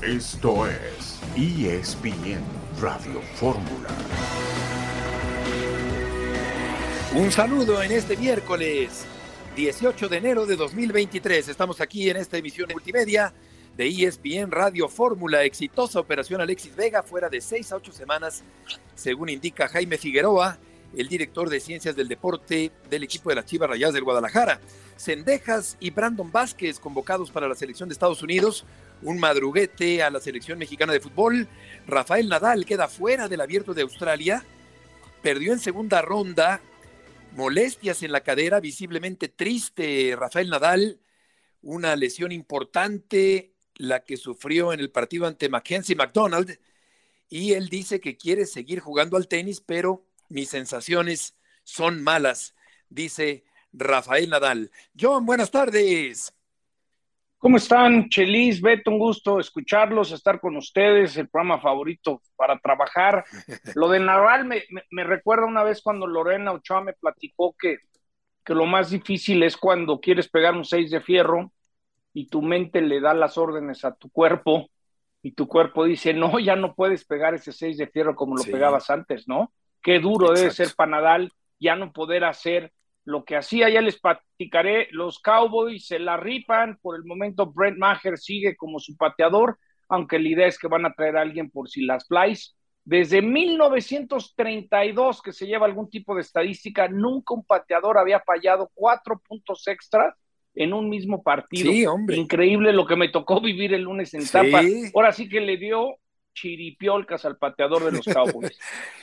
Esto es ESPN Radio Fórmula. Un saludo en este miércoles 18 de enero de 2023. Estamos aquí en esta emisión multimedia de ESPN Radio Fórmula. Exitosa operación Alexis Vega, fuera de 6 a 8 semanas, según indica Jaime Figueroa, el director de Ciencias del Deporte del equipo de las Chivas Rayadas del Guadalajara. Cendejas y Brandon Vázquez convocados para la selección de Estados Unidos. Un madruguete a la selección mexicana de fútbol. Rafael Nadal queda fuera del Abierto de Australia. Perdió en segunda ronda. Molestias en la cadera, visiblemente triste Rafael Nadal. Una lesión importante, la que sufrió en el partido ante Mackenzie McDonald. Y él dice que quiere seguir jugando al tenis, pero mis sensaciones son malas, dice Rafael Nadal. John, buenas tardes. ¿Cómo están, Chelis, Beto? Un gusto escucharlos, estar con ustedes, el programa favorito para trabajar. Lo de Nadal me recuerda una vez cuando Lorena Ochoa me platicó que lo más difícil es cuando quieres pegar un 6 de fierro y tu mente le da las órdenes a tu cuerpo y tu cuerpo dice, no, ya no puedes pegar ese 6 de fierro como lo pegabas antes, ¿no? Qué duro debe ser para Nadal ya no poder hacer lo que hacía. Ya les platicaré, los Cowboys se la rifan, por el momento Brent Maher sigue como su pateador, aunque la idea es que van a traer a alguien por si las flies. Desde 1932 que se lleva algún tipo de estadística, nunca un pateador había fallado 4 puntos extras en un mismo partido. Sí, hombre. Increíble lo que me tocó vivir el lunes en Tampa. Ahora sí que le dio chiripiolcas al pateador de los Cowboys.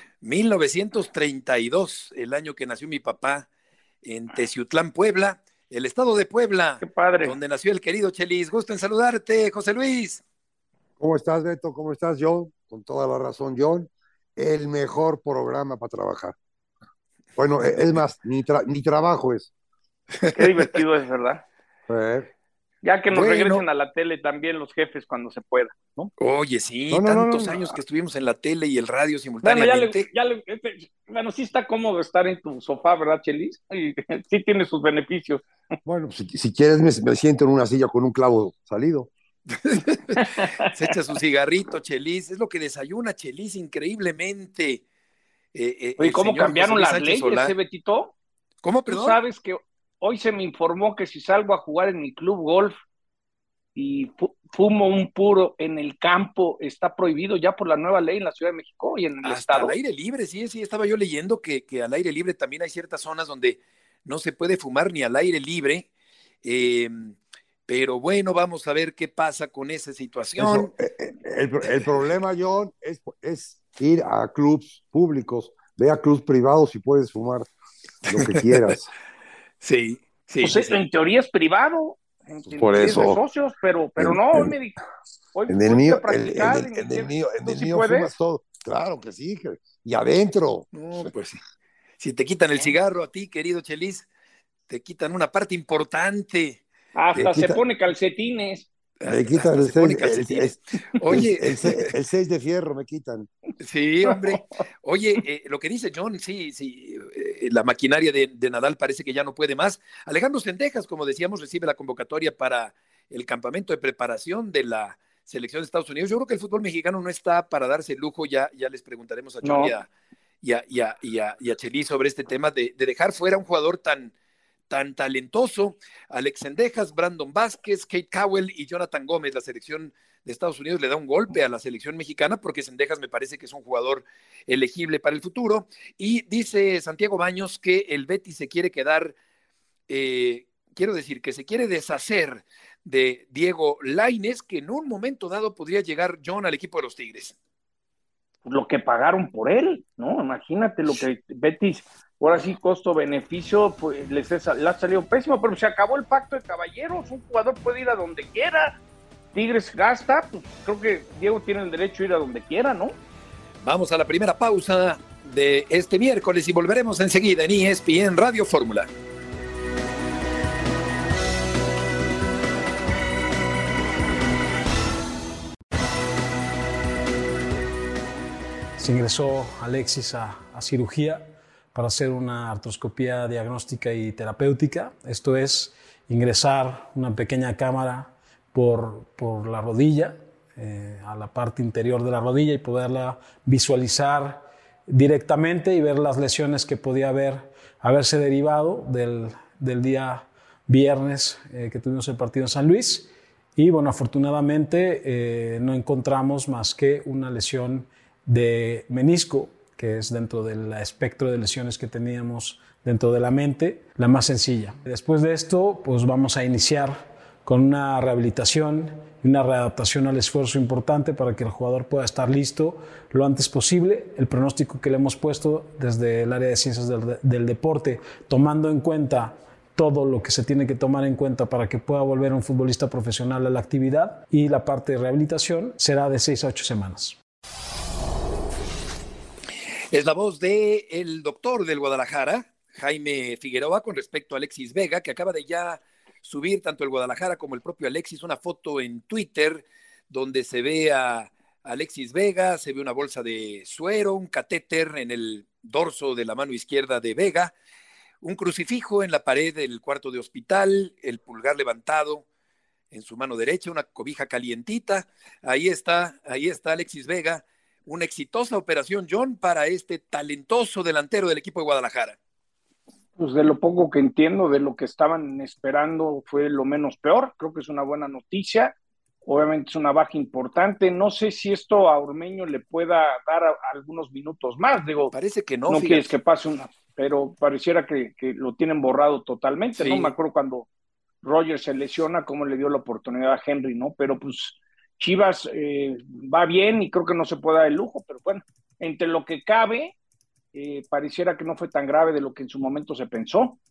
1932, el año que nació mi papá, en Teciutlán, Puebla, el estado de Puebla. Qué padre. Donde nació el querido Chelis. Gusto en saludarte, José Luis. ¿Cómo estás, Beto? ¿Cómo estás, John? Con toda la razón, John. El mejor programa para trabajar. Bueno, es más, ni trabajo es. Qué divertido es, ¿verdad? Ya que nos regresen a la tele también los jefes cuando se pueda, ¿no? Oye, sí, tantos años que estuvimos en la tele y el radio simultáneamente. Bueno, sí está cómodo estar en tu sofá, ¿verdad, Chelis? Sí tiene sus beneficios. Bueno, si quieres me siento en una silla con un clavo salido. Se echa su cigarrito, Chelis. Es lo que desayuna Chelis increíblemente. Oye, ¿cómo cambiaron las leyes, Betito? ¿Cómo, perdón? Tú sabes que hoy se me informó que si salgo a jugar en mi club golf y fumo un puro en el campo, está prohibido ya por la nueva ley en la Ciudad de México y en el hasta estado. Al aire libre, sí, estaba yo leyendo que al aire libre también hay ciertas zonas donde no se puede fumar ni al aire libre, pero bueno, vamos a ver qué pasa con esa situación. El problema, John, es ir a clubs públicos, ve a clubs privados y puedes fumar lo que quieras. Sí. Pues en teoría es privado, por eso. Es de socios, pero no, hoy me dijo. En el mío fumas todo. Claro que sí, y adentro. No, pues si te quitan el cigarro a ti, querido Chelis, te quitan una parte importante. Hasta se pone calcetines. Me quitan el 6 de fierro, me quitan. Sí, hombre. Oye, lo que dice John, sí, la maquinaria de Nadal parece que ya no puede más. Alejandro Cendejas, como decíamos, recibe la convocatoria para el campamento de preparación de la selección de Estados Unidos. Yo creo que el fútbol mexicano no está para darse el lujo, ya les preguntaremos a John y a Chelis sobre este tema de dejar fuera a un jugador tan talentoso. Alex Cendejas, Brandon Vázquez, Kate Cowell y Jonathan Gómez. La selección de Estados Unidos le da un golpe a la selección mexicana porque Cendejas me parece que es un jugador elegible para el futuro. Y dice Santiago Baños que el Betis se quiere quedar, quiero decir, que se quiere deshacer de Diego Lainez, que en un momento dado podría llegar John al equipo de los Tigres. Lo que pagaron por él, ¿no? Imagínate lo que Betis... Ahora sí, costo-beneficio, pues le ha salido pésimo, pero se acabó el pacto de caballeros. Un jugador puede ir a donde quiera. Tigres gasta, pues creo que Diego tiene el derecho a ir a donde quiera, ¿no? Vamos a la primera pausa de este miércoles y volveremos enseguida en ESPN Radio Fórmula. Se ingresó Alexis a cirugía para hacer una artroscopía diagnóstica y terapéutica. Esto es ingresar una pequeña cámara por la rodilla a la parte interior de la rodilla y poderla visualizar directamente y ver las lesiones que podía haberse derivado del día viernes que tuvimos el partido en San Luis. Y bueno, afortunadamente no encontramos más que una lesión de menisco, que es dentro del espectro de lesiones que teníamos dentro de la mente, la más sencilla. Después de esto, pues vamos a iniciar con una rehabilitación y una readaptación al esfuerzo importante para que el jugador pueda estar listo lo antes posible. El pronóstico que le hemos puesto desde el área de ciencias del deporte, tomando en cuenta todo lo que se tiene que tomar en cuenta para que pueda volver un futbolista profesional a la actividad, y la parte de rehabilitación será de 6 a 8 semanas. Es la voz del doctor del Guadalajara, Jaime Figueroa, con respecto a Alexis Vega, que acaba de ya subir tanto el Guadalajara como el propio Alexis una foto en Twitter donde se ve a Alexis Vega, se ve una bolsa de suero, un catéter en el dorso de la mano izquierda de Vega, un crucifijo en la pared del cuarto de hospital, el pulgar levantado en su mano derecha, una cobija calientita. Ahí está Alexis Vega. Una exitosa operación, John, para este talentoso delantero del equipo de Guadalajara. Pues de lo poco que entiendo, de lo que estaban esperando, fue lo menos peor. Creo que es una buena noticia. Obviamente es una baja importante. No sé si esto a Ormeño le pueda dar algunos minutos más. Digo, parece que no. No quieres que pase una, pero pareciera que lo tienen borrado totalmente. Sí. No me acuerdo cuando Roger se lesiona, cómo le dio la oportunidad a Henry, ¿no? Pero pues Chivas va bien y creo que no se puede dar el lujo, pero bueno, entre lo que cabe, pareciera que no fue tan grave de lo que en su momento se pensó.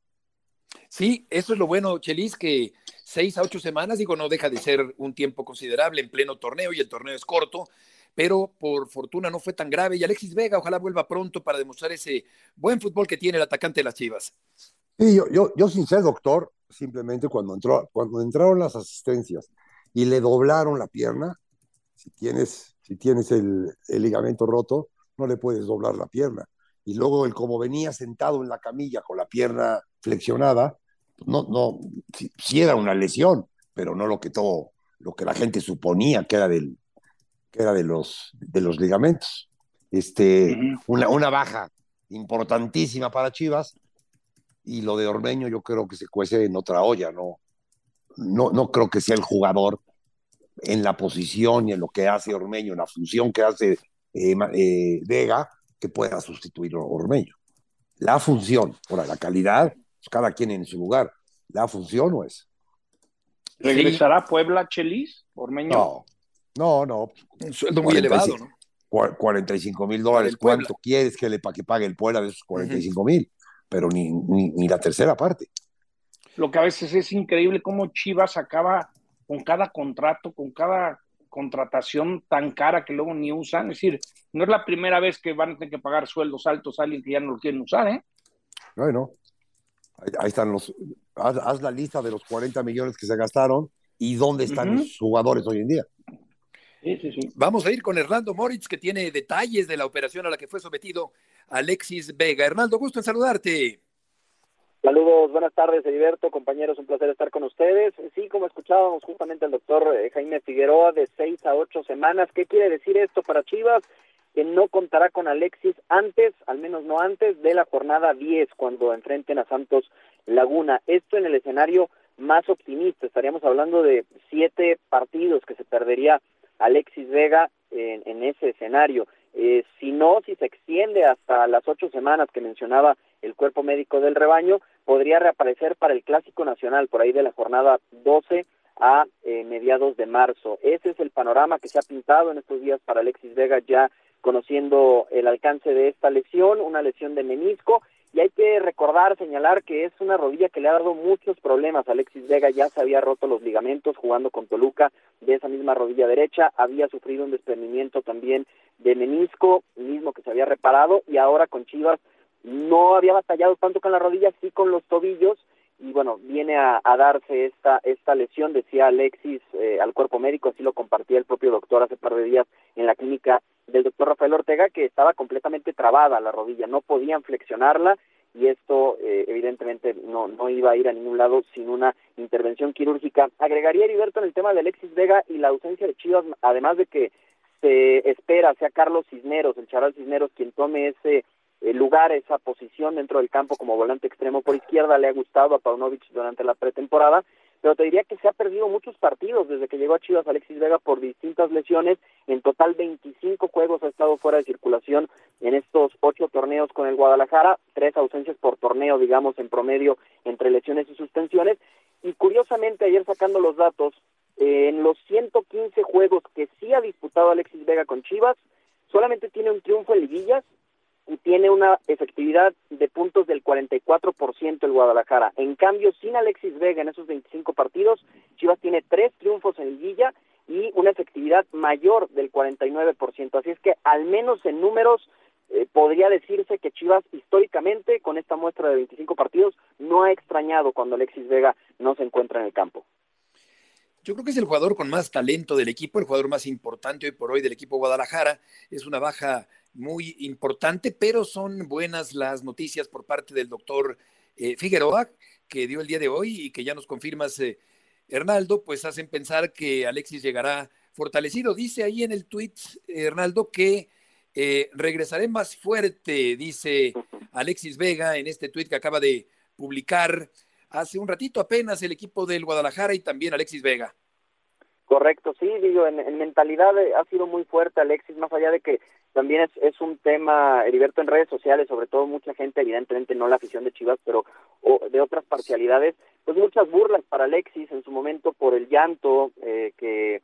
Sí, eso es lo bueno, Chelis, que 6 a 8 semanas, digo, no deja de ser un tiempo considerable en pleno torneo, y el torneo es corto, pero por fortuna no fue tan grave. Y Alexis Vega, ojalá vuelva pronto para demostrar ese buen fútbol que tiene el atacante de las Chivas. Sí, yo sin ser doctor, simplemente cuando entraron las asistencias y le doblaron la pierna, si tienes el ligamento roto, no le puedes doblar la pierna. Y luego como venía sentado en la camilla con la pierna flexionada, sí era una lesión, pero no lo que la gente suponía que era de los ligamentos. Una baja importantísima para Chivas, y lo de Ormeño yo creo que se cuece en otra olla. No creo que sea el jugador en la posición y en lo que hace Ormeño, en la función que hace Vega, que pueda sustituir a Ormeño. La función, ahora la calidad, pues cada quien en su lugar. La función no es. ¿Regresará a Puebla, Chelis, Ormeño? No. Un sueldo muy elevado, ¿no? $45,000. ¿Cuánto quieres que pague el Puebla de esos 45,000? Pero ni la tercera parte. Lo que a veces es increíble cómo Chivas acaba con cada contrato, con cada contratación tan cara que luego ni usan. Es decir, no es la primera vez que van a tener que pagar sueldos altos a alguien que ya no lo quieren usar, ¿eh? No. Ahí están haz la lista de los 40 millones que se gastaron y dónde están los jugadores hoy en día. Sí. Vamos a ir con Hernando Moritz, que tiene detalles de la operación a la que fue sometido Alexis Vega. Hernando, gusto en saludarte. Saludos, buenas tardes, Heriberto, compañeros, un placer estar con ustedes. Sí, como escuchábamos justamente al doctor Jaime Figueroa, de 6 a 8 semanas. ¿Qué quiere decir esto para Chivas? Que no contará con Alexis antes, al menos no antes, de la jornada 10, cuando enfrenten a Santos Laguna. Esto en el escenario más optimista. Estaríamos hablando de 7 partidos que se perdería Alexis Vega en ese escenario. Si se extiende hasta las 8 semanas que mencionaba el cuerpo médico del rebaño, podría reaparecer para el Clásico Nacional, por ahí de la jornada 12 a mediados de marzo. Ese es el panorama que se ha pintado en estos días para Alexis Vega, ya conociendo el alcance de esta lesión, una lesión de menisco, y hay que señalar que es una rodilla que le ha dado muchos problemas. Alexis Vega ya se había roto los ligamentos jugando con Toluca de esa misma rodilla derecha, había sufrido un desprendimiento también de menisco, mismo que se había reparado, y ahora con Chivas no había batallado tanto con la rodilla, sí con los tobillos, y bueno, viene a darse esta lesión, decía Alexis al cuerpo médico, así lo compartía el propio doctor hace par de días en la clínica del doctor Rafael Ortega, que estaba completamente trabada la rodilla, no podían flexionarla, y esto evidentemente no iba a ir a ningún lado sin una intervención quirúrgica. Agregaría, Heriberto, en el tema de Alexis Vega y la ausencia de Chivas, además de que se espera sea Carlos Cisneros, el Charal Cisneros, quien tome ese lugar, esa posición dentro del campo como volante extremo por izquierda. Le ha gustado a Paunovic durante la pretemporada, pero te diría que se ha perdido muchos partidos desde que llegó a Chivas Alexis Vega por distintas lesiones. En total 25 juegos ha estado fuera de circulación en estos 8 torneos con el Guadalajara, 3 ausencias por torneo, digamos, en promedio entre lesiones y suspensiones. Y curiosamente, ayer sacando los datos, en los 115 juegos que sí ha disputado Alexis Vega con Chivas, solamente tiene un triunfo en liguillas y tiene una efectividad de puntos del 44% el Guadalajara. En cambio, sin Alexis Vega en esos 25 partidos, Chivas tiene 3 triunfos en liguilla y una efectividad mayor del 49%. Así es que, al menos en números, podría decirse que Chivas, históricamente, con esta muestra de 25 partidos, no ha extrañado cuando Alexis Vega no se encuentra en el campo. Yo creo que es el jugador con más talento del equipo, el jugador más importante hoy por hoy del equipo Guadalajara. Es una baja muy importante, pero son buenas las noticias por parte del doctor Figueroa, que dio el día de hoy y que ya nos confirmas, Hernaldo, pues hacen pensar que Alexis llegará fortalecido. Dice ahí en el tuit, Hernaldo, que regresaré más fuerte, dice Alexis Vega en este tuit que acaba de publicar hace un ratito apenas el equipo del Guadalajara y también Alexis Vega. Correcto, sí, digo, en mentalidad ha sido muy fuerte Alexis, más allá de que también es un tema, Heriberto, en redes sociales, sobre todo mucha gente, evidentemente no la afición de Chivas, pero de otras parcialidades, pues muchas burlas para Alexis en su momento por el llanto que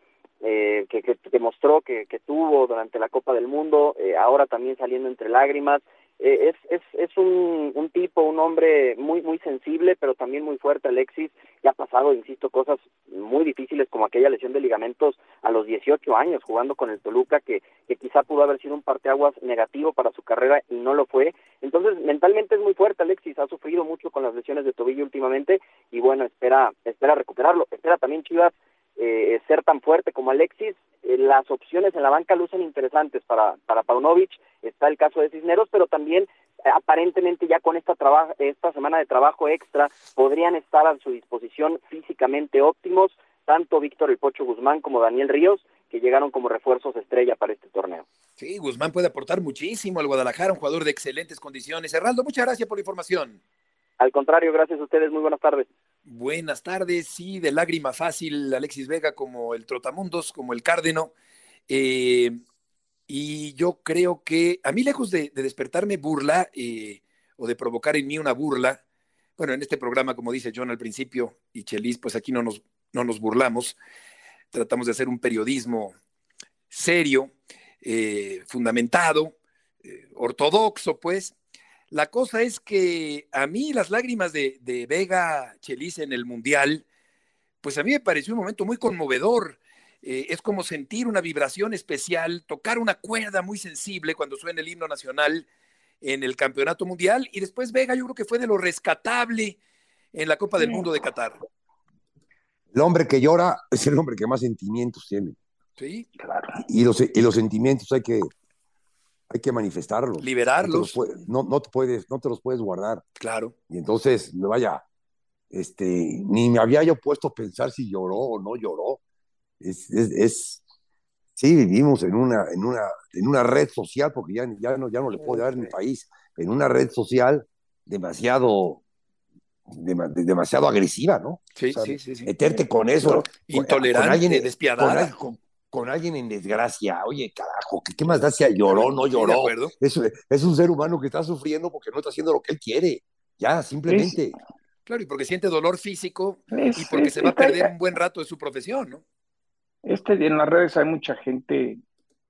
mostró que tuvo durante la Copa del Mundo, ahora también saliendo entre lágrimas. Es un tipo, un hombre muy muy sensible, pero también muy fuerte, Alexis, que ha pasado, insisto, cosas muy difíciles como aquella lesión de ligamentos a los 18 años jugando con el Toluca, que quizá pudo haber sido un parteaguas negativo para su carrera y no lo fue. Entonces, mentalmente es muy fuerte Alexis, ha sufrido mucho con las lesiones de tobillo últimamente y bueno, espera recuperarlo. Espera también Chivas ser tan fuerte como Alexis. Las opciones en la banca lucen interesantes para Paunovic. Está el caso de Cisneros, pero también aparentemente ya con esta semana de trabajo extra podrían estar a su disposición físicamente óptimos tanto Víctor El Pocho Guzmán como Daniel Ríos, que llegaron como refuerzos estrella para este torneo. Sí, Guzmán puede aportar muchísimo al Guadalajara, un jugador de excelentes condiciones. Hernaldo, muchas gracias por la información. Al contrario, gracias a ustedes, muy buenas tardes. Buenas tardes, sí, de lágrima fácil Alexis Vega como el Trotamundos, como el Cárdeno, y yo creo que a mí, lejos de despertarme burla o de provocar en mí una burla, bueno, en este programa, como dice John al principio, y Chelis, pues aquí no nos burlamos, tratamos de hacer un periodismo serio, fundamentado, ortodoxo, pues. La cosa es que a mí las lágrimas de Vega, Chelis, en el Mundial, pues a mí me pareció un momento muy conmovedor. Es como sentir una vibración especial, tocar una cuerda muy sensible cuando suena el himno nacional en el Campeonato Mundial, y después Vega yo creo que fue de lo rescatable en la Copa del Mundo de Qatar. El hombre que llora es el hombre que más sentimientos tiene. Sí, claro. Y los sentimientos hay que manifestarlos. Liberarlos. No te los puedes guardar. Claro. Y entonces, vaya, ni me había yo puesto a pensar si lloró o no lloró. Sí, vivimos en una red social, porque ya no le puedo dar en mi país, en una red social demasiado agresiva, ¿no? Sí, o sea, sí. Meterte con eso. Intolerante, con alguien, despiadada. Con alguien en desgracia. Oye, carajo, ¿qué más da si lloró o no lloró? Sí, de acuerdo. Es un ser humano que está sufriendo porque no está haciendo lo que él quiere. Ya, simplemente. Claro, y porque siente dolor físico y porque se va a perder un buen rato de su profesión, ¿no? En las redes hay mucha gente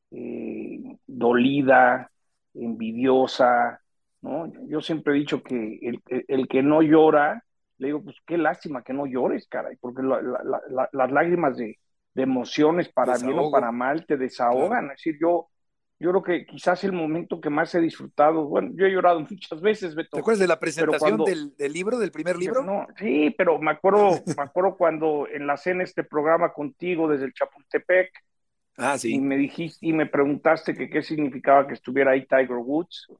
dolida, envidiosa, ¿no? Yo siempre he dicho que el que no llora, le digo, pues qué lástima que no llores, caray, porque las lágrimas de emociones, para Desahogo. bien o para mal, te desahogan. Claro. Es decir, yo creo que quizás el momento que más he disfrutado, bueno, yo he llorado muchas veces, Beto. ¿Te acuerdas de la presentación del libro, del primer libro? No, sí, pero me acuerdo cuando enlacé en este programa contigo desde el Chapultepec. Ah, sí. Y me dijiste y me preguntaste que qué significaba que estuviera ahí Tiger Woods.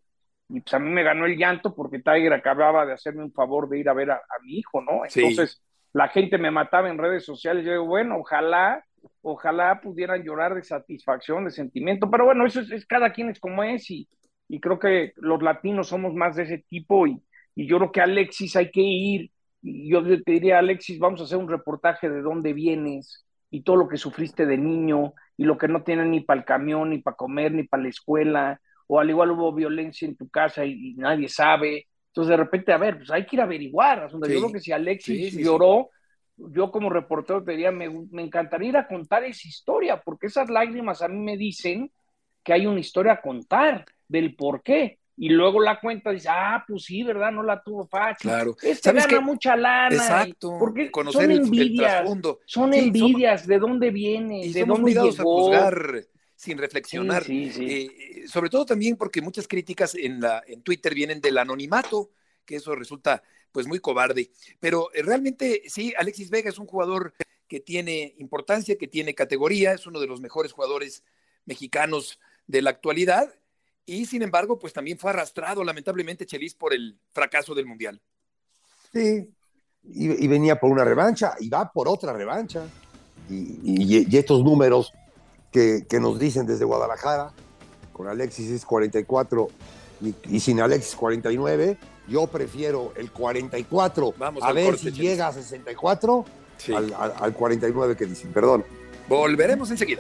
y pues a mí me ganó el llanto porque Tiger acababa de hacerme un favor de ir a ver a mi hijo, ¿no? Sí. Entonces la gente me mataba en redes sociales, yo digo, bueno, ojalá pudieran llorar de satisfacción, de sentimiento, pero bueno, eso es cada quien es como es, y creo que los latinos somos más de ese tipo, y yo creo que Alexis hay que ir, y yo te diría, Alexis, vamos a hacer un reportaje de dónde vienes, y todo lo que sufriste de niño, y lo que no tienes ni para el camión, ni para comer, ni para la escuela, o al igual hubo violencia en tu casa y nadie sabe. Entonces, de repente, a ver, pues hay que ir a averiguar. O sea, yo creo Sí, que si Alexis sí. lloró, yo como reportero te diría, me encantaría ir a contar esa historia, porque esas lágrimas a mí me dicen que hay una historia a contar del por qué. Y luego la cuenta dice, pues sí, ¿verdad? No la tuvo fácil. Claro. Este ¿Sabes gana qué? mucha lana, Exacto, porque conocer el trasfondo. son Sí, envidias, de dónde viene, y de somos muy dónde dados a llegó. juzgar sin Sí, reflexionar. sí. Sobre todo también porque muchas críticas en Twitter vienen del anonimato, que eso resulta pues muy cobarde. Pero realmente sí, Alexis Vega es un jugador que tiene importancia, que tiene categoría, es uno de los mejores jugadores mexicanos de la actualidad, y sin embargo pues también fue arrastrado lamentablemente Chelis por el fracaso del Mundial. Sí, y venía por una revancha, y va por otra revancha. Y estos números que nos dicen desde Guadalajara, con Alexis es 44 y sin Alexis 49, yo prefiero el 44, Vamos a al ver corte, si Chelis. llega a 64, Sí. al 49 que dicen, perdón. Volveremos enseguida.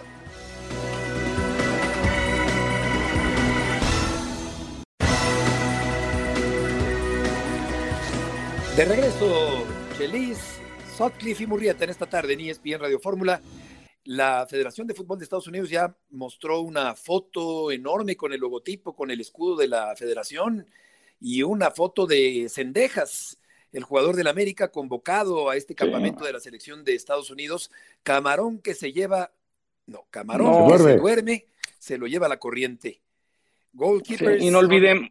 De regreso, Chelis, Sutcliffe y Murrieta en esta tarde en ESPN Radio Fórmula. La Federación de Fútbol de Estados Unidos ya mostró una foto enorme con el logotipo, con el escudo de la federación, y una foto de Cendejas, el jugador del América convocado a este campamento de la selección de Estados Unidos. Camarón que se lleva, camarón No. que se duerme, se lo lleva la corriente. Goalkeepers Sí, y no son...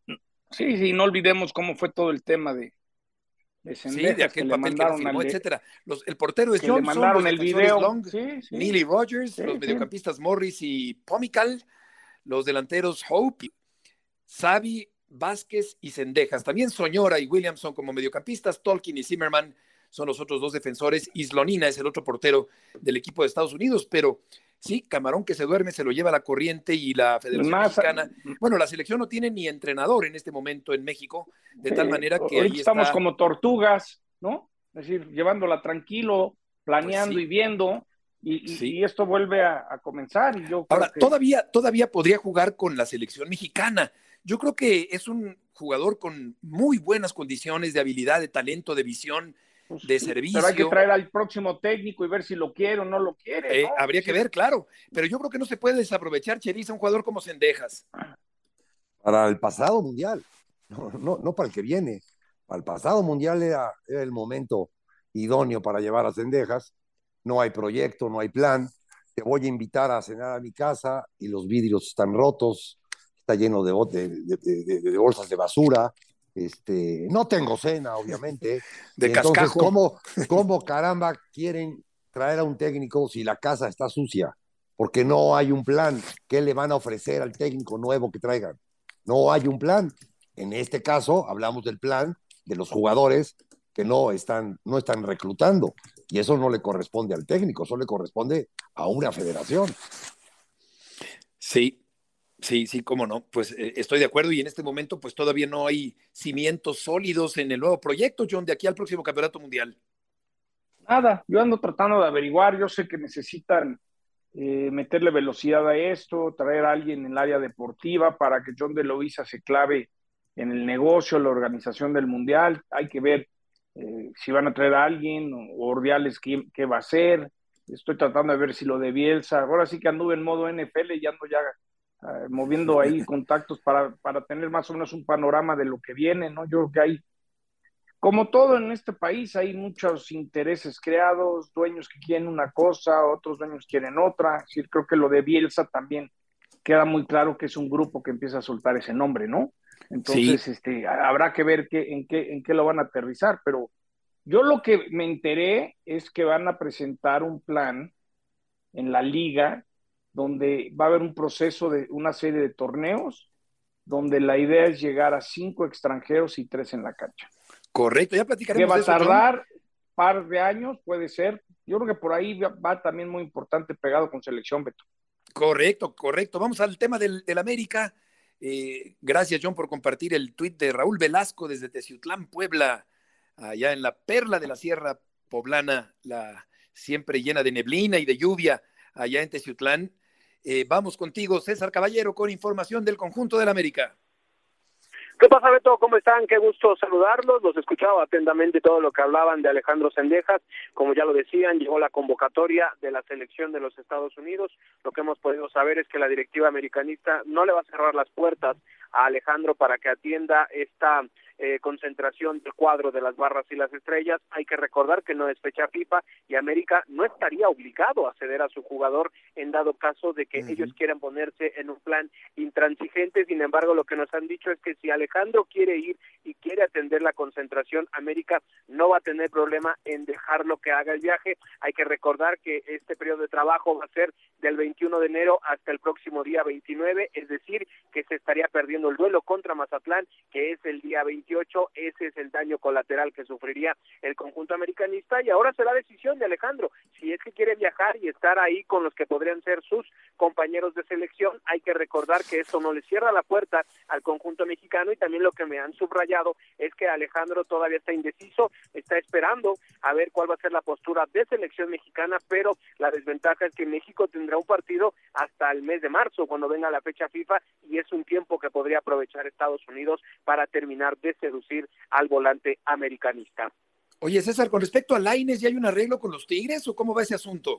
no olvidemos cómo fue todo el tema de Sí, de Cendejas aquel papel que no firmó, etcétera. El portero es que le Johnson, los mandaron el defensores video. Long, Sí. Millie Rogers, los Sí. mediocampistas Morris y Pomical, los delanteros Hope, Xavi, Vázquez y Cendejas. También Soñora y Williamson como mediocampistas, Tolkien y Zimmerman son los otros dos defensores, Islonina es el otro portero del equipo de Estados Unidos, pero sí, Camarón que se duerme se lo lleva la corriente, y la Federación Mexicana, bueno, la selección no tiene ni entrenador en este momento en México, de tal manera que ahorita ahí estamos está... como tortugas, ¿no? Es decir, llevándola tranquilo, planeando Pues sí. y viendo, Sí. y esto vuelve a comenzar. Y yo Ahora, creo que todavía podría jugar con la selección mexicana. Yo creo que es un jugador con muy buenas condiciones de habilidad, de talento, de visión, de servicio. Pero hay que traer al próximo técnico y ver si lo quiere o no lo quiere, ¿no? Habría que ver, claro. Pero yo creo que no se puede desaprovechar, Chelis, a un jugador como Cendejas. Para el pasado mundial, no para el que viene. Para el pasado mundial era el momento idóneo para llevar a Cendejas. No hay proyecto, no hay plan. Te voy a invitar a cenar a mi casa y los vidrios están rotos, está lleno de bolsas de basura. No tengo cena, obviamente. De entonces, cascajo. ¿cómo caramba quieren traer a un técnico si la casa está sucia? Porque no hay un plan. ¿Qué le van a ofrecer al técnico nuevo que traigan? No hay un plan. En este caso, hablamos del plan de los jugadores que no están reclutando. Y eso no le corresponde al técnico, eso le corresponde a una federación. Sí, cómo no. Pues estoy de acuerdo, y en este momento pues todavía no hay cimientos sólidos en el nuevo proyecto, John, de aquí al próximo Campeonato Mundial. Nada, yo ando tratando de averiguar, yo sé que necesitan meterle velocidad a esto, traer a alguien en el área deportiva para que John de Luisa se clave en el negocio, la organización del Mundial. Hay que ver si van a traer a alguien, o Ordiales qué va a hacer. Estoy tratando de ver si lo de Bielsa, ahora sí que anduve en modo NFL y ando ya moviendo ahí contactos para tener más o menos un panorama de lo que viene, ¿no? Yo creo que hay, como todo en este país, hay muchos intereses creados, dueños que quieren una cosa, otros dueños quieren otra. Sí, creo que lo de Bielsa también queda muy claro que es un grupo que empieza a soltar ese nombre, ¿no? Entonces, sí, habrá que ver en qué lo van a aterrizar, pero yo lo que me enteré es que van a presentar un plan en la liga donde va a haber un proceso de una serie de torneos donde la idea es llegar a 5 extranjeros y 3 en la cancha. Correcto, ya platicaremos ¿Qué va de eso, a tardar? John. Par de años, puede ser. Yo creo que por ahí va también muy importante pegado con selección, Beto. Correcto. Vamos al tema del América. Gracias, John, por compartir el tuit de Raúl Velasco desde Teciutlán, Puebla, allá en la perla de la Sierra Poblana, la siempre llena de neblina y de lluvia, allá en Teciutlán. Vamos contigo, César Caballero, con información del conjunto del América. ¿Qué pasa, Beto? ¿Cómo están? Qué gusto saludarlos. Los escuchaba atentamente todo lo que hablaban de Alejandro Zendejas. Como ya lo decían, llegó la convocatoria de la selección de los Estados Unidos. Lo que hemos podido saber es que la directiva americanista no le va a cerrar las puertas a Alejandro para que atienda esta concentración del cuadro de las barras y las estrellas. Hay que recordar que no es fecha FIFA y América no estaría obligado a ceder a su jugador en dado caso de que ellos quieran ponerse en un plan intransigente. Sin embargo, lo que nos han dicho es que si Alejandro quiere ir y quiere atender la concentración, América no va a tener problema en dejarlo que haga el viaje. Hay que recordar que este periodo de trabajo va a ser del 21 de enero hasta el próximo día 29, es decir, que se estaría perdiendo el duelo contra Mazatlán, que es el día 28, ese es el daño colateral que sufriría el conjunto americanista, y ahora será decisión de Alejandro, si es que quiere viajar y estar ahí con los que podrían ser sus compañeros de selección. Hay que recordar que esto no le cierra la puerta al conjunto mexicano, y también lo que me han subrayado es que Alejandro todavía está indeciso, está esperando a ver cuál va a ser la postura de selección mexicana, pero la desventaja es que México tendrá un partido hasta el mes de marzo, cuando venga la fecha FIFA, y es un tiempo que podría aprovechar Estados Unidos para terminar de seducir al volante americanista. Oye, César, con respecto a Lainez, ¿ya hay un arreglo con los Tigres o cómo va ese asunto?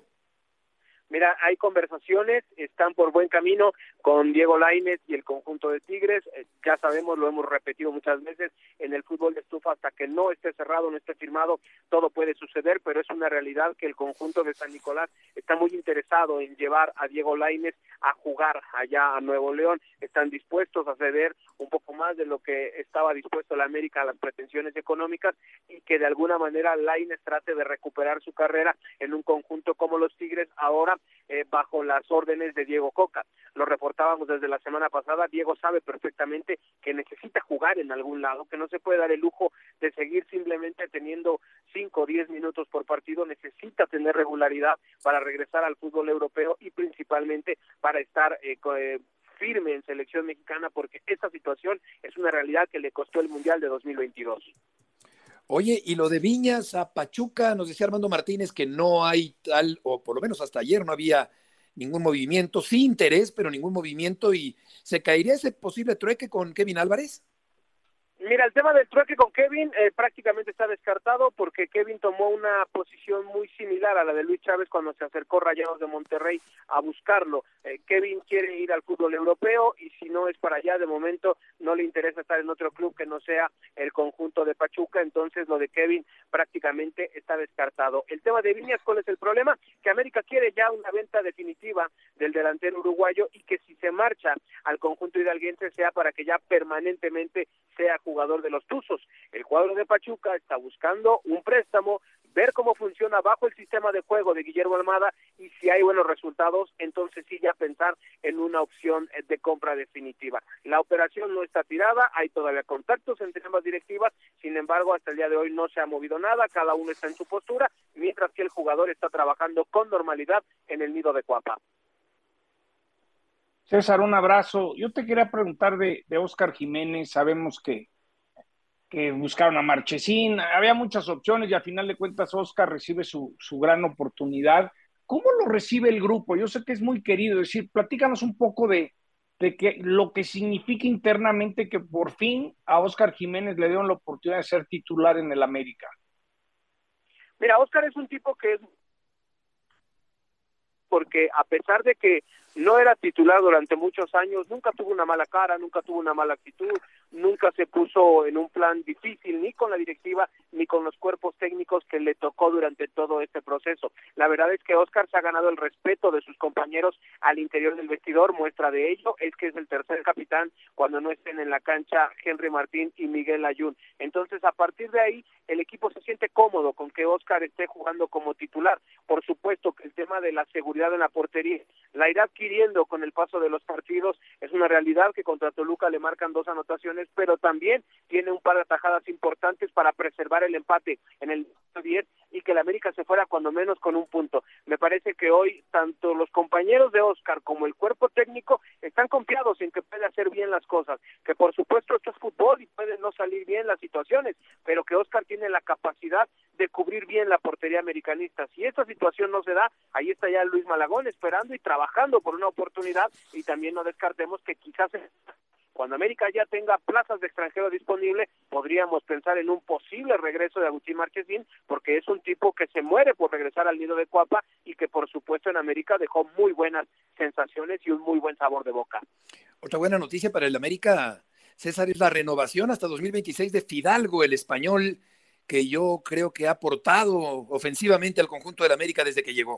Mira, hay conversaciones, están por buen camino con Diego Lainez y el conjunto de Tigres. Ya sabemos, lo hemos repetido muchas veces, en el fútbol de estufa hasta que no esté cerrado, no esté firmado, todo puede suceder, pero es una realidad que el conjunto de San Nicolás está muy interesado en llevar a Diego Lainez a jugar allá a Nuevo León. Están dispuestos a ceder un poco más de lo que estaba dispuesto la América a las pretensiones económicas, y que de alguna manera Lainez trate de recuperar su carrera en un conjunto como los Tigres, ahora bajo las órdenes de Diego Coca. Lo reportábamos desde la semana pasada. Diego sabe perfectamente que necesita jugar en algún lado, que no se puede dar el lujo de seguir simplemente teniendo 5 o 10 minutos por partido. Necesita tener regularidad para regresar al fútbol europeo y principalmente para estar firme en selección mexicana, porque esta situación es una realidad que le costó el Mundial de 2022. Oye, y lo de Viñas a Pachuca, nos decía Armando Martínez que no hay tal, o por lo menos hasta ayer no había ningún movimiento, sí interés, pero ningún movimiento, y ¿se caería ese posible trueque con Kevin Álvarez? Mira, el tema del trueque con Kevin prácticamente está descartado, porque Kevin tomó una posición muy similar a la de Luis Chávez cuando se acercó Rayados de Monterrey a buscarlo. Kevin quiere ir al fútbol europeo, y si no es para allá, de momento no le interesa estar en otro club que no sea el conjunto de Pachuca. Entonces lo de Kevin prácticamente está descartado. El tema de Viñas, ¿cuál es el problema? Que América quiere ya una venta definitiva del delantero uruguayo, y que si se marcha al conjunto hidalguense sea para que ya permanentemente sea jugador de los Tuzos. El cuadro de Pachuca está buscando un préstamo, ver cómo funciona bajo el sistema de juego de Guillermo Almada, y si hay buenos resultados, entonces sí ya pensar en una opción de compra definitiva. La operación no está tirada, hay todavía contactos entre ambas directivas, sin embargo, hasta el día de hoy no se ha movido nada, cada uno está en su postura, mientras que el jugador está trabajando con normalidad en el nido de Cuapa. César, un abrazo. Yo te quería preguntar de Óscar Jiménez. Sabemos que buscaron a Marchesín, había muchas opciones, y al final de cuentas Óscar recibe su gran oportunidad. ¿Cómo lo recibe el grupo? Yo sé que es muy querido, es decir, platícanos un poco de que lo que significa internamente que por fin a Óscar Jiménez le dieron la oportunidad de ser titular en el América. Mira, Óscar es un tipo que es, porque a pesar de que no era titular durante muchos años, nunca tuvo una mala cara, nunca tuvo una mala actitud, nunca se puso en un plan difícil, ni con la directiva, ni con los cuerpos técnicos que le tocó durante todo este proceso. La verdad es que Óscar se ha ganado el respeto de sus compañeros al interior del vestidor. Muestra de ello es que es el tercer capitán cuando no estén en la cancha Henry Martín y Miguel Layún. Entonces, a partir de ahí, el equipo se siente cómodo con que Óscar esté jugando como titular. Por supuesto que el tema tema de la seguridad en la portería. La irá adquiriendo con el paso de los partidos. Es una realidad que contra Toluca le marcan 2 anotaciones, pero también tiene un par de atajadas importantes para preservar el empate en el 10 y que el América se fuera cuando menos con un punto. Me parece que hoy tanto los compañeros de Oscar como el cuerpo técnico están confiados en que puede hacer bien las cosas, que por supuesto esto es fútbol y pueden no salir bien las situaciones, pero que Oscar tiene la capacidad de cubrir bien la portería americanista. Si esta situación no se da, ahí está ya Luis Malagón esperando y trabajando por una oportunidad, y también no descartemos que quizás cuando América ya tenga plazas de extranjero disponibles, podríamos pensar en un posible regreso de Agustín Marchesín, porque es un tipo que se muere por regresar al nido de Cuapa y que por supuesto en América dejó muy buenas sensaciones y un muy buen sabor de boca. Otra buena noticia para el América, César, es la renovación hasta 2026 de Fidalgo, el español, que yo creo que ha aportado ofensivamente al conjunto del América desde que llegó.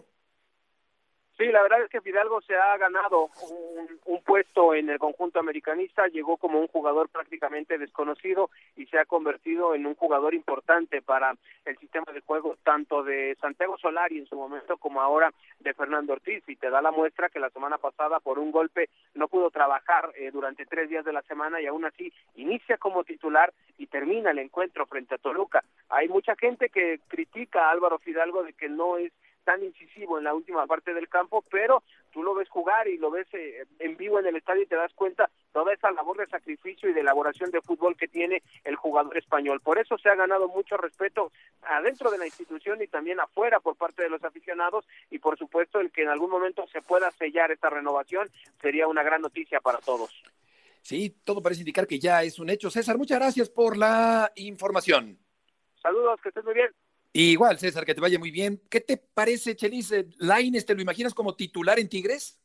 Sí, la verdad es que Fidalgo se ha ganado un puesto en el conjunto americanista, llegó como un jugador prácticamente desconocido y se ha convertido en un jugador importante para el sistema de juego, tanto de Santiago Solari en su momento como ahora de Fernando Ortiz, y te da la muestra que la semana pasada por un golpe no pudo trabajar durante 3 días de la semana y aún así inicia como titular y termina el encuentro frente a Toluca. Hay mucha gente que critica a Álvaro Fidalgo de que no es tan incisivo en la última parte del campo, pero tú lo ves jugar y lo ves en vivo en el estadio y te das cuenta toda esa labor de sacrificio y de elaboración de fútbol que tiene el jugador español. Por eso se ha ganado mucho respeto adentro de la institución y también afuera por parte de los aficionados, y por supuesto el que en algún momento se pueda sellar esta renovación sería una gran noticia para todos. Sí, todo parece indicar que ya es un hecho. César, muchas gracias por la información. Saludos, que estés muy bien. Igual, César, que te vaya muy bien. ¿Qué te parece, Chelis? ¿Lainez te lo imaginas como titular en Tigres?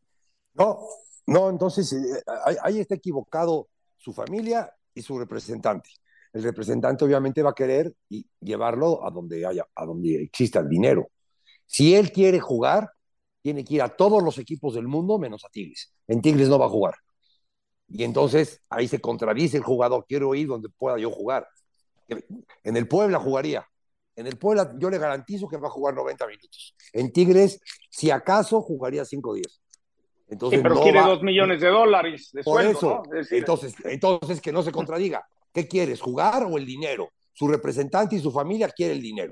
No, entonces ahí está equivocado su familia y su representante. El representante obviamente va a querer llevarlo a donde exista el dinero. Si él quiere jugar, tiene que ir a todos los equipos del mundo menos a Tigres. En Tigres no va a jugar. Y entonces ahí se contradice el jugador. Quiero ir donde pueda yo jugar. En el Puebla jugaría. En el Puebla yo le garantizo que va a jugar 90 minutos. En Tigres, si acaso, jugaría 5 días. Entonces, sí, pero no quiere va, $2 millones de por sueldo, eso, ¿no? Es decir, entonces que no se contradiga. ¿Qué quieres, jugar o el dinero? Su representante y su familia quiere el dinero.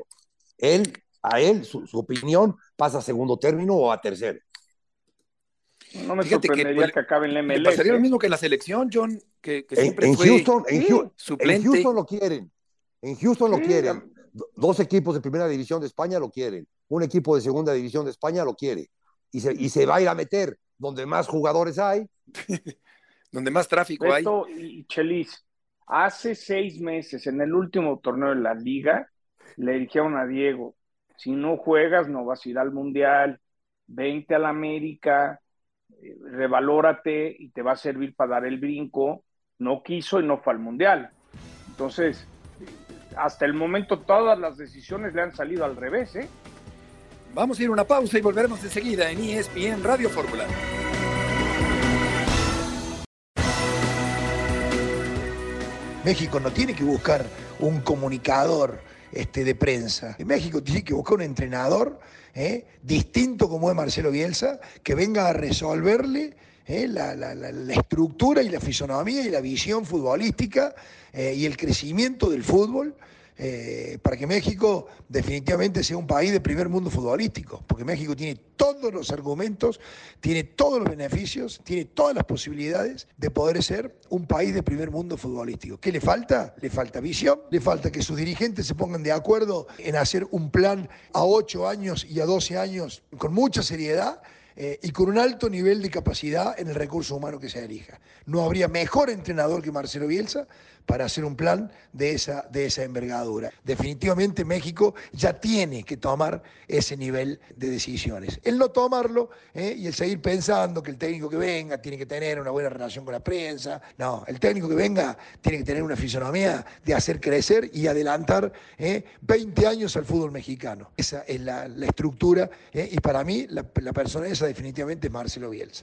A él, su opinión pasa a segundo término o a tercero. no me Fíjate sorprendería que acabe en la le MLS. pasaría lo mismo que en la selección, John, que siempre En fue Houston, suplente. en Houston lo quieren. En Houston lo Sí, quieren. 2 equipos de primera división de España lo quieren. Un equipo de segunda división de España lo quiere. Y se va a ir a meter donde más jugadores hay. Donde más tráfico hay. Beto y Chelis, hace 6 meses, en el último torneo de la Liga, le dijeron a Diego, si no juegas no vas a ir al Mundial, vente a la América, revalórate y te va a servir para dar el brinco. No quiso y no fue al Mundial. Entonces, hasta el momento todas las decisiones le han salido al revés, ¿eh? Vamos a ir a una pausa y volveremos enseguida en ESPN Radio Fórmula. México no tiene que buscar un comunicador de prensa. México tiene que buscar un entrenador distinto como es Marcelo Bielsa, que venga a resolverle la estructura y la fisonomía y la visión futbolística y el crecimiento del fútbol, para que México definitivamente sea un país de primer mundo futbolístico, porque México tiene todos los argumentos, tiene todos los beneficios, tiene todas las posibilidades de poder ser un país de primer mundo futbolístico. ¿Qué le falta? Le falta visión, le falta que sus dirigentes se pongan de acuerdo en hacer un plan a 8 años y a 12 años con mucha seriedad, y con un alto nivel de capacidad en el recurso humano que se elija. No habría mejor entrenador que Marcelo Bielsa para hacer un plan de esa envergadura. Definitivamente México ya tiene que tomar ese nivel de decisiones. El no tomarlo y el seguir pensando que el técnico que venga tiene que tener una buena relación con la prensa. No, el técnico que venga tiene que tener una fisonomía de hacer crecer y adelantar 20 años al fútbol mexicano. Esa es la estructura, y para mí la persona esa definitivamente es Marcelo Bielsa.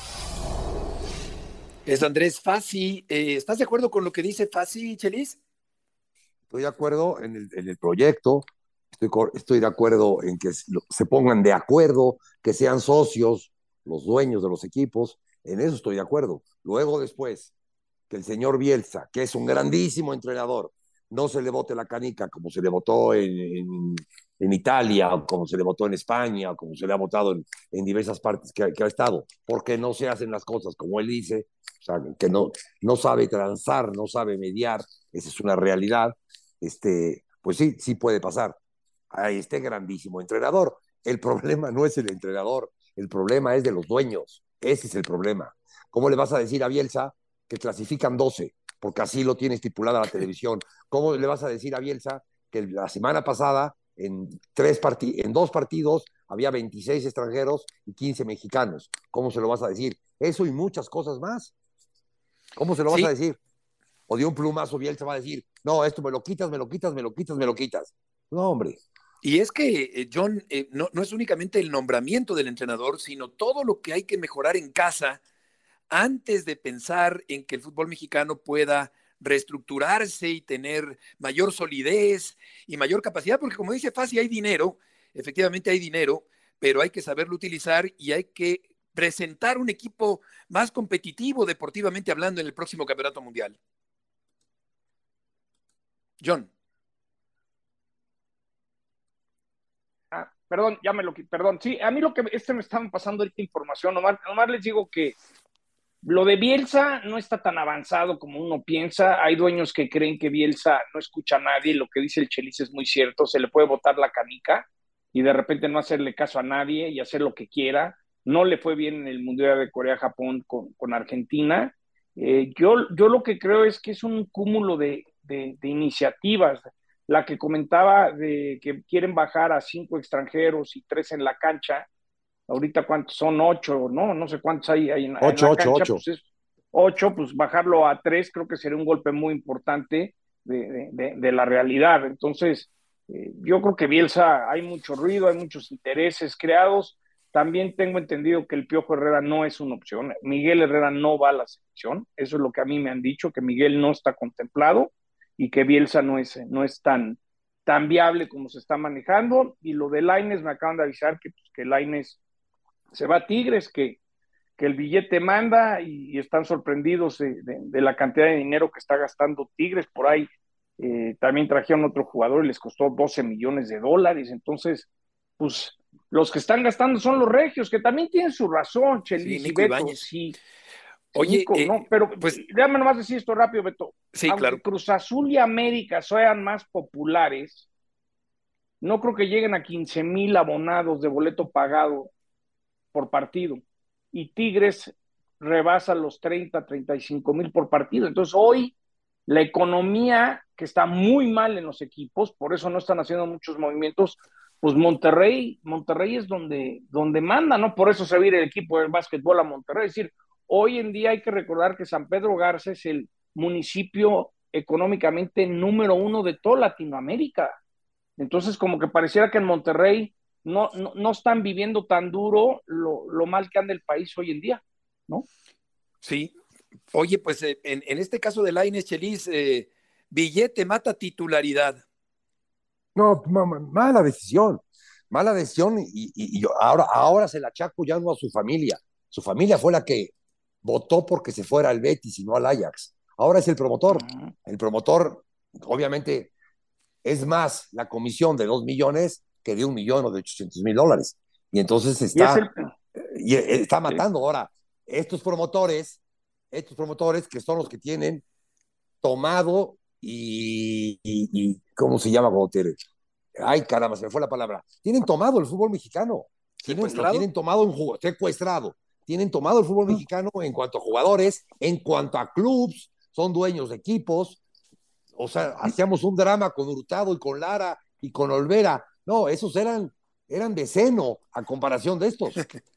Es Andrés Fassi. ¿Estás de acuerdo con lo que dice Fassi, Chelis? Estoy de acuerdo en el proyecto, Estoy de acuerdo en que se pongan de acuerdo, que sean socios los dueños de los equipos. En eso estoy de acuerdo. Luego, después, que el señor Bielsa, que es un grandísimo entrenador, no se le vote la canica como se le votó en Italia, o como se le votó en España, o como se le ha votado en diversas partes que ha estado, porque no se hacen las cosas como él dice, o sea, que no sabe transar, no sabe mediar, esa es una realidad. Pues sí, sí puede pasar. Ahí este grandísimo entrenador. El problema no es el entrenador, el problema es de los dueños. Ese es el problema. ¿Cómo le vas a decir a Bielsa que clasifican 12? Porque así lo tiene estipulada la televisión. ¿Cómo le vas a decir a Bielsa que la semana pasada en 2 partidos había 26 extranjeros y 15 mexicanos? ¿Cómo se lo vas a decir? Eso y muchas cosas más. ¿Cómo se lo vas a Sí, decir? O de un plumazo Bielsa va a decir, no, esto me lo quitas, me lo quitas, me lo quitas, me lo quitas. No, hombre. y es que, John, no es únicamente el nombramiento del entrenador, sino todo lo que hay que mejorar en casa antes de pensar en que el fútbol mexicano pueda reestructurarse y tener mayor solidez y mayor capacidad, porque como dice Fassi, hay dinero, efectivamente hay dinero, pero hay que saberlo utilizar y hay que presentar un equipo más competitivo deportivamente hablando en el próximo campeonato mundial. John. Perdón, perdón. Sí, a mí lo que me estaban pasando esta información, nomás les digo que lo de Bielsa no está tan avanzado como uno piensa. Hay dueños que creen que Bielsa no escucha a nadie. Lo que dice el Chelis es muy cierto. Se le puede botar la canica y de repente no hacerle caso a nadie y hacer lo que quiera. No le fue bien en el Mundial de Corea-Japón con Argentina. Yo lo que creo es que es un cúmulo de iniciativas. La que comentaba de que quieren bajar a 5 extranjeros y 3 en la cancha. Ahorita cuántos son, 8, no sé cuántos hay en Ocho, la ocho, cancha, ocho. pues es 8, pues bajarlo a 3 creo que sería un golpe muy importante de la realidad. Entonces, yo creo que Bielsa, hay mucho ruido, hay muchos intereses creados. También tengo entendido que el Piojo Herrera no es una opción. Miguel Herrera no va a la selección. Eso es lo que a mí me han dicho, que Miguel no está contemplado y que Bielsa no es tan viable como se está manejando. Y lo de Lainez, me acaban de avisar que Lainez se va a Tigres, que el billete manda y están sorprendidos de la cantidad de dinero que está gastando Tigres. Por ahí también trajeron otro jugador y les costó $12 millones. Entonces, pues los que están gastando son los regios, que también tienen su razón, Sí, Chelis y Nico Beto. Ibáñez. Sí, Oye, Nico, no, pero pues déjame nomás decir esto rápido, Beto. sí, Aunque claro. Cruz Azul y América sean más populares, no creo que lleguen a 15,000 abonados de boleto pagado por partido. Y Tigres rebasa los 35,000 por partido. Entonces, hoy la economía, que está muy mal en los equipos, por eso no están haciendo muchos movimientos, pues Monterrey es donde manda, ¿no? Por eso se va a ir el equipo de básquetbol a Monterrey. Es decir, hoy en día hay que recordar que San Pedro Garza es el municipio económicamente número 1 de toda Latinoamérica. Entonces, como que pareciera que en Monterrey no están viviendo tan duro lo mal que anda el país hoy en día, ¿no? Sí. Oye, pues en este caso de Lainez, Chelis, billete mata titularidad. No, mala decisión. Mala decisión y yo ahora se la achaco ya no a su familia. Su familia fue la que votó porque se fuera al Betis y no al Ajax. Ahora es el promotor. Uh-huh. El promotor, obviamente, es más la comisión de 2 millones que de 1 millón o de $800,000. Y entonces está matando. Ahora, estos promotores que son los que tienen tomado ¿cómo se llama? Ay, caramba, se me fue la palabra. Tienen tomado el fútbol mexicano. Lo tienen tomado secuestrado. Tienen tomado el fútbol mexicano en cuanto a jugadores, en cuanto a clubs, son dueños de equipos. O sea, hacíamos un drama con Hurtado y con Lara y con Olvera. No, esos eran de seno a comparación de estos.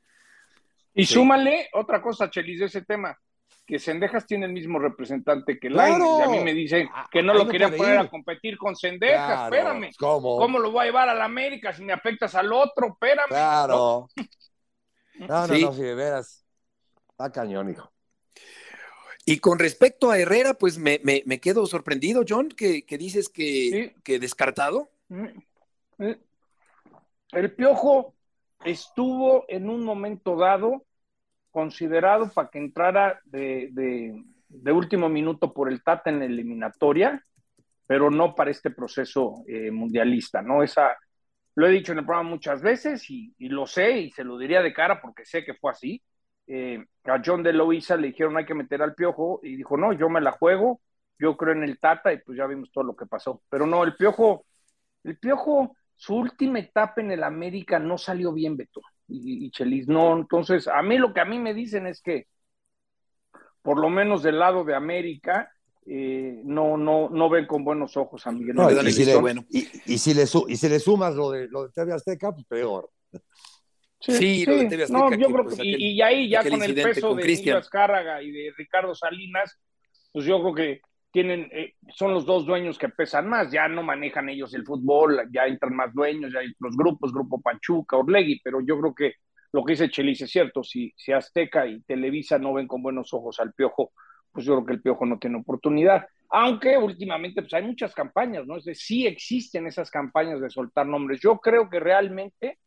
Y súmale otra cosa, Chelis, de ese tema, que Cendejas tiene el mismo representante que Lainez. ¡Claro! Y a mí me dicen que no lo querían poner a competir con Cendejas. Claro. Espérame. ¿Cómo lo voy a llevar a la América si me afectas al otro? Espérame. Claro. No, Sí. si de veras. Está cañón, hijo. Y con respecto a Herrera, pues me quedo sorprendido, John, que dices que descartado. El Piojo estuvo en un momento dado considerado para que entrara de último minuto por el Tata en la eliminatoria, pero no para este proceso mundialista, ¿no? Lo he dicho en el programa muchas veces y lo sé y se lo diría de cara porque sé que fue así. A John de Luisa le dijeron hay que meter al Piojo y dijo no, yo me la juego, yo creo en el Tata y pues ya vimos todo lo que pasó. Pero no, el Piojo, su última etapa en el América no salió bien, Beto y Chelis, no. Entonces, a mí lo que a mí me dicen es que por lo menos del lado de América no ven con buenos ojos a Miguel. No, y si le sumas lo de TV Azteca, pues peor. Sí, lo de TV Azteca. No, yo creo pues, que y ahí ya con el peso con de Cristian Emilio Azcárraga y de Ricardo Salinas, pues yo creo que son los dos dueños que pesan más, ya no manejan ellos el fútbol, ya entran más dueños, ya hay los grupos, Grupo Pachuca, Orlegui, pero yo creo que lo que dice Chelis es cierto, si Azteca y Televisa no ven con buenos ojos al Piojo, pues yo creo que el Piojo no tiene oportunidad, aunque últimamente pues hay muchas campañas, ¿no? Es decir, sí existen esas campañas de soltar nombres, yo creo que realmente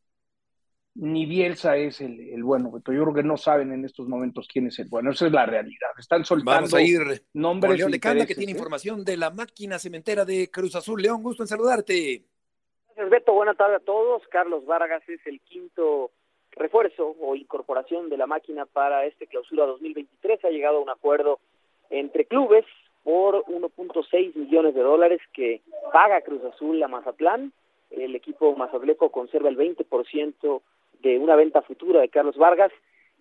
ni Bielsa es el bueno, Beto. Yo creo que no saben en estos momentos quién es el bueno. Esa es la realidad. Están soltando Vamos a ir nombres. Con León Lecanda, que tiene información de la máquina cementera de Cruz Azul. León, gusto en saludarte. Gracias, Beto. Buenas tardes a todos. Carlos Vargas es el quinto refuerzo o incorporación de la máquina para este clausura 2023. Ha llegado a un acuerdo entre clubes por 1.6 millones de dólares que paga Cruz Azul a Mazatlán. El equipo mazatleco conserva el 20% de una venta futura de Carlos Vargas,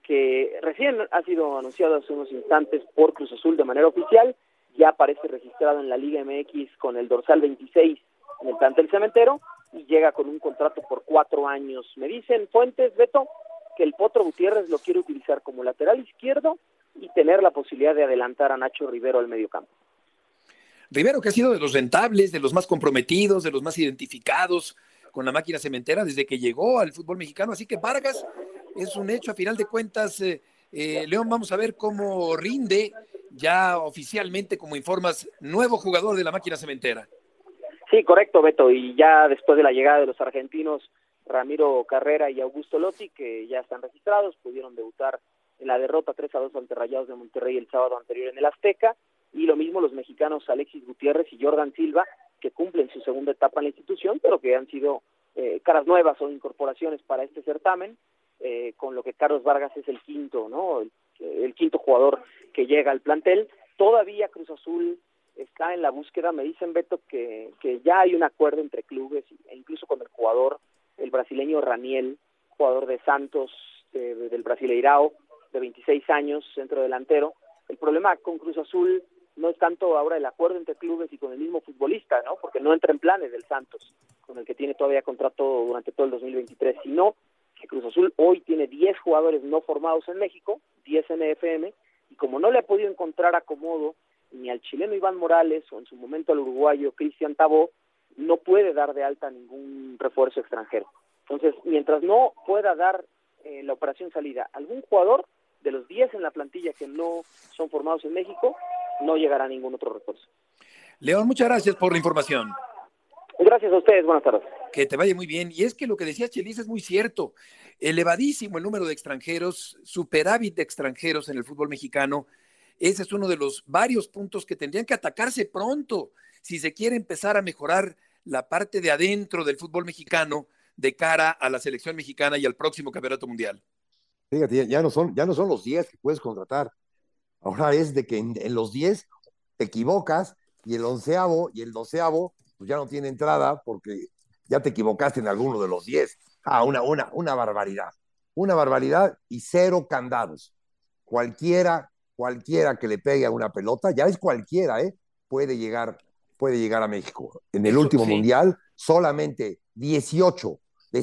que recién ha sido anunciado hace unos instantes por Cruz Azul de manera oficial, ya aparece registrado en la Liga MX con el dorsal 26 en el plantel cementero, y llega con un contrato por 4 años. Me dicen fuentes, Beto, que el Potro Gutiérrez lo quiere utilizar como lateral izquierdo y tener la posibilidad de adelantar a Nacho Rivero al mediocampo. Rivero, que ha sido de los rentables, de los más comprometidos, de los más identificados con la máquina cementera desde que llegó al fútbol mexicano, así que Vargas es un hecho a final de cuentas. León, vamos a ver cómo rinde ya oficialmente, como informas, nuevo jugador de la máquina cementera. Sí, correcto, Beto, y ya después de la llegada de los argentinos Ramiro Carrera y Augusto Lotti, que ya están registrados, pudieron debutar en la derrota 3-2 ante Rayados de Monterrey el sábado anterior en el Azteca, y lo mismo los mexicanos Alexis Gutiérrez y Jordan Silva, que cumplen su segunda etapa en la institución, pero que han sido caras nuevas o incorporaciones para este certamen, con lo que Carlos Vargas es el quinto, ¿no? El quinto jugador que llega al plantel. Todavía Cruz Azul está en la búsqueda, me dicen, Beto, que ya hay un acuerdo entre clubes e incluso con el jugador, el brasileño Raniel, jugador de Santos, del Brasileirao, de 26 años, centro delantero. El problema con Cruz Azul no es tanto ahora el acuerdo entre clubes y con el mismo futbolista, ¿no? Porque no entra en planes del Santos, con el que tiene todavía contrato durante todo el 2023, sino que Cruz Azul hoy tiene 10 jugadores no formados en México, 10 en EFM, y como no le ha podido encontrar acomodo ni al chileno Iván Morales o en su momento al uruguayo Cristian Tabó, no puede dar de alta ningún refuerzo extranjero. Entonces, mientras no pueda dar la operación salida algún jugador de los 10 en la plantilla que no son formados en México, no llegará ningún otro refuerzo. León, muchas gracias por la información. Gracias a ustedes, buenas tardes. Que te vaya muy bien. Y es que lo que decía Chelis es muy cierto. Elevadísimo el número de extranjeros, superávit de extranjeros en el fútbol mexicano. Ese es uno de los varios puntos que tendrían que atacarse pronto si se quiere empezar a mejorar la parte de adentro del fútbol mexicano de cara a la selección mexicana y al próximo campeonato mundial. Fíjate, ya no son los 10 que puedes contratar. Ahora es de que en los 10 te equivocas y el 11avo y el 12avo pues ya no tiene entrada porque ya te equivocaste en alguno de los 10. Una barbaridad. Una barbaridad y 0 candados. Cualquiera que le pegue a una pelota, ya es cualquiera, puede llegar a México. En el último mundial, solamente 18 de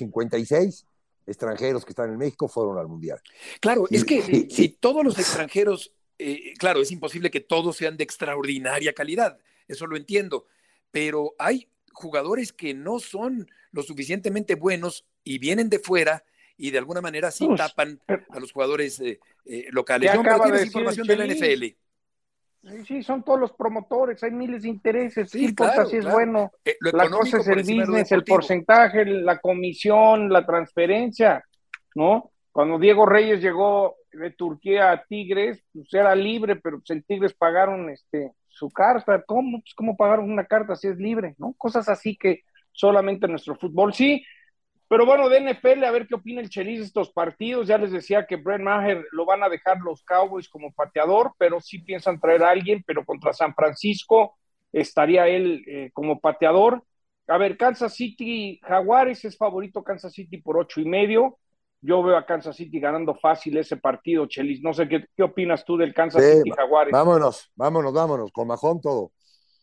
156 extranjeros que están en México fueron al mundial. Claro, es que si todos los extranjeros, claro, es imposible que todos sean de extraordinaria calidad, eso lo entiendo, pero hay jugadores que no son lo suficientemente buenos y vienen de fuera y de alguna manera sí tapan a los jugadores locales. John, pero tienes información de la NFL. Sí, son todos los promotores, hay miles de intereses, Sí, ¿qué importa claro, si es claro. bueno? Lo La cosa económico es por el encima de lo business, el deportivo. porcentaje, la comisión, la transferencia, ¿no? Cuando Diego Reyes llegó de Turquía a Tigres, pues era libre, pero pues en Tigres pagaron su carta. ¿Cómo? Pues, ¿cómo pagaron una carta si es libre, ¿no? Cosas así que solamente nuestro fútbol sí. Pero bueno, de NFL, a ver qué opina el Chelis de estos partidos. Ya les decía que Brett Maher lo van a dejar los Cowboys como pateador, pero sí piensan traer a alguien, pero contra San Francisco estaría él como pateador. A ver, Kansas City, Jaguares es favorito Kansas City por 8.5. Yo veo a Kansas City ganando fácil ese partido, Chelis. No sé qué opinas tú del Sí, Kansas City Jaguares. vámonos, con Majón todo.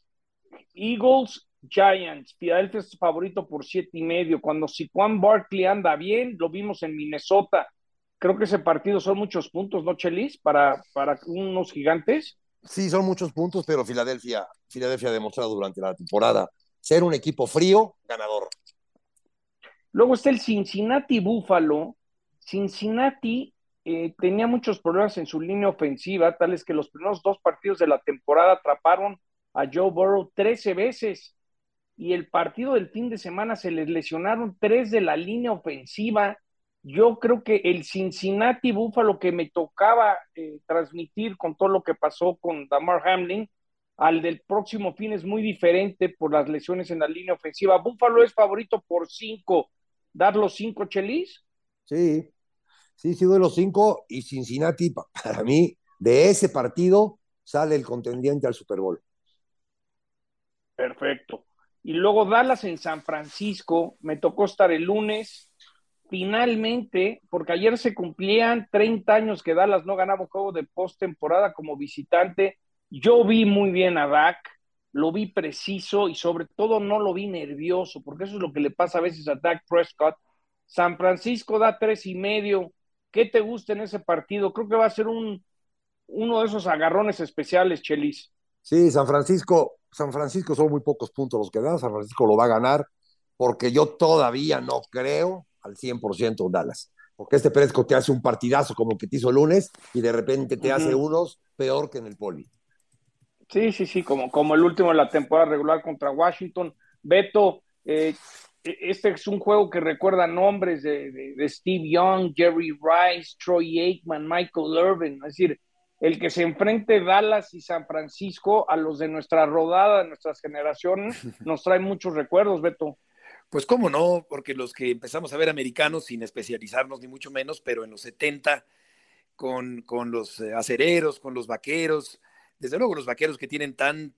Eagles, Giants, Philadelphia es favorito por 7.5. Cuando Saquon Barkley anda bien, lo vimos en Minnesota. Creo que ese partido son muchos puntos, ¿no, Chelis? Para unos gigantes. Sí, son muchos puntos, pero Filadelfia ha demostrado durante la temporada ser un equipo frío, ganador. Luego está el Cincinnati Buffalo. Cincinnati tenía muchos problemas en su línea ofensiva, tales que los primeros 2 partidos de la temporada atraparon a Joe Burrow 13 veces. Y el partido del fin de semana se les lesionaron 3 de la línea ofensiva. Yo creo que el Cincinnati Buffalo que me tocaba transmitir con todo lo que pasó con Damar Hamlin, al del próximo fin es muy diferente por las lesiones en la línea ofensiva. Buffalo es favorito por 5. ¿Dar los 5, Chelis? Sí, sí, doy los 5 y Cincinnati, para mí, de ese partido sale el contendiente al Super Bowl. Perfecto. Y luego Dallas en San Francisco, me tocó estar el lunes, finalmente, porque ayer se cumplían 30 años que Dallas no ganaba un juego de postemporada como visitante. Yo vi muy bien a Dak, lo vi preciso y sobre todo no lo vi nervioso, porque eso es lo que le pasa a veces a Dak Prescott. San Francisco da 3.5. ¿Qué te gusta en ese partido? Creo que va a ser uno de esos agarrones especiales, Chelis. Sí, San Francisco son muy pocos puntos los que dan, San Francisco lo va a ganar, porque yo todavía no creo al 100% en Dallas, porque este Prescott te hace un partidazo como el que te hizo el lunes y de repente te hace unos peor que en el Poli. Sí, como el último de la temporada regular contra Washington. Beto, este es un juego que recuerda nombres de Steve Young, Jerry Rice, Troy Aikman, Michael Irvin, es decir, el que se enfrente Dallas y San Francisco a los de nuestra rodada, de nuestras generaciones, nos trae muchos recuerdos, Beto. Pues cómo no, porque los que empezamos a ver americanos sin especializarnos ni mucho menos, pero en los 70 con los acereros, con los vaqueros, desde luego los vaqueros que tienen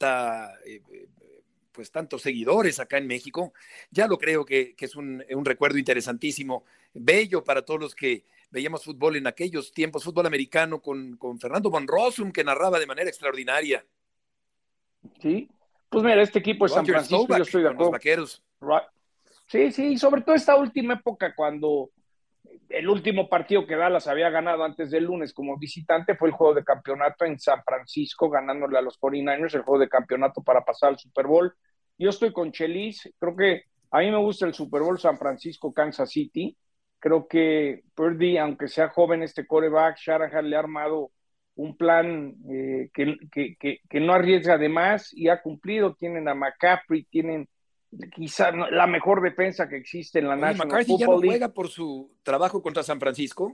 pues tantos seguidores acá en México, ya lo creo que es un recuerdo interesantísimo, bello para todos los que veíamos fútbol en aquellos tiempos, fútbol americano con Fernando von Rossum, que narraba de manera extraordinaria. Sí, pues mira, este equipo de San Francisco, yo estoy de acuerdo. Los vaqueros. Sí, sobre todo esta última época cuando el último partido que Dallas había ganado antes del lunes como visitante fue el juego de campeonato en San Francisco, ganándole a los 49ers el juego de campeonato para pasar al Super Bowl. Yo estoy con Chelis, creo que a mí me gusta el Super Bowl San Francisco-Kansas City. Creo que Purdy, aunque sea joven este quarterback, Shanahan le ha armado un plan que no arriesga de más y ha cumplido. Tienen a McCaffrey, tienen quizá la mejor defensa que existe en la National McCarthy Football ya no League. juega por su trabajo contra San Francisco.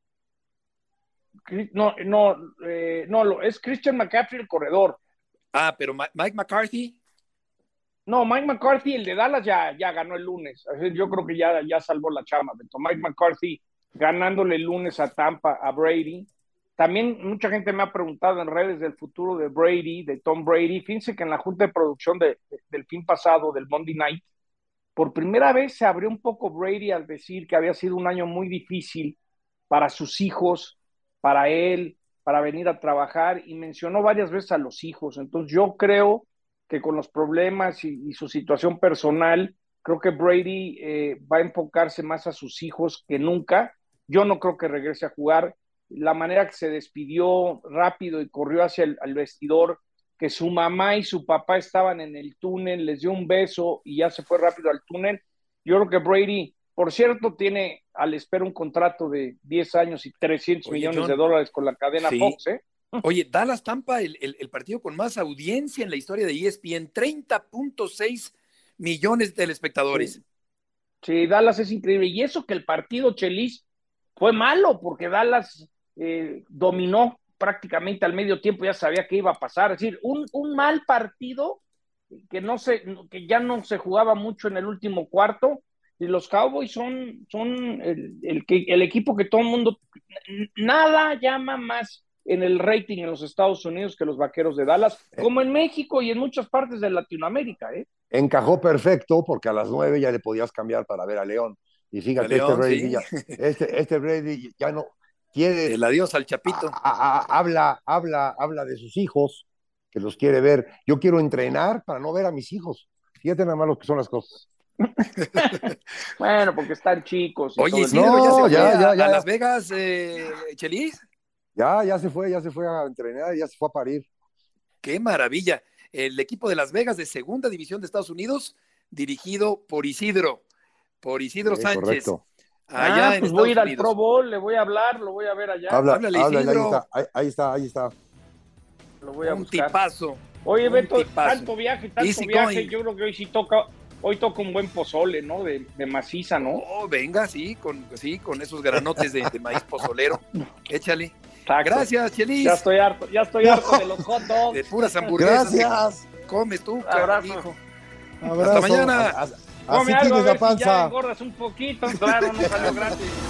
No, es Christian McCaffrey el corredor. Ah, pero Mike McCarthy. No, Mike McCarthy, el de Dallas, ya ganó el lunes. Yo creo que ya salvó la chama. Mike McCarthy ganándole el lunes a Tampa, a Brady. También mucha gente me ha preguntado en redes del futuro de Brady, de Tom Brady. Fíjense que en la junta de producción del fin pasado, del Monday Night, por primera vez se abrió un poco Brady al decir que había sido un año muy difícil para sus hijos, para él, para venir a trabajar, y mencionó varias veces a los hijos. Entonces yo creo que con los problemas y su situación personal, creo que Brady va a enfocarse más a sus hijos que nunca. Yo no creo que regrese a jugar. La manera que se despidió rápido y corrió hacia el vestidor, que su mamá y su papá estaban en el túnel, les dio un beso y ya se fue rápido al túnel. Yo creo que Brady, por cierto, tiene al espera un contrato de 10 años y 300 millones de dólares con la cadena Fox, ¿eh? Oye, Dallas Tampa, el partido con más audiencia en la historia de ESPN, 30.6 millones de telespectadores. Sí, Dallas es increíble. Y eso que el partido, Chelis, fue malo, porque Dallas dominó prácticamente al medio tiempo, ya sabía que iba a pasar. Es decir, un mal partido que ya no se jugaba mucho en el último cuarto. Y los Cowboys son el equipo que todo el mundo, nada llama más en el rating en los Estados Unidos que los Vaqueros de Dallas, como en México y en muchas partes de Latinoamérica. Encajó perfecto porque a las 9 ya le podías cambiar para ver a León. Y fíjate, León, este Brady ya no quiere. El adiós al Chapito. Habla de sus hijos, que los quiere ver. Yo quiero entrenar para no ver a mis hijos. Fíjate nada más lo que son las cosas. Bueno, porque están chicos. Oye, sí, ya a Las Vegas, Chelis. Ya se fue a entrenar, ya se fue a parir. ¡Qué maravilla! El equipo de Las Vegas de Segunda División de Estados Unidos, dirigido por Isidro Sánchez. Correcto. Allá en pues voy a ir al Unidos. Pro Bowl, le voy a hablar, lo voy a ver allá. Háblale, Isidro. Ahí está. Lo voy a un buscar. Tipazo. Oye, Beto, tipazo. tanto viaje, yo creo que hoy sí toca un buen pozole, ¿no? De maciza, ¿no? Oh, venga, sí, con esos granotes de maíz pozolero. Échale. Exacto. Gracias, Chelis. Ya estoy harto de los hot dogs. De puras hamburguesas. Gracias. Comes tú, Abrazo. hijo. Abrazo. Hasta mañana. Así Come algo, tienes a ver la panza. si ya engordas un poquito. Claro, no salió gratis.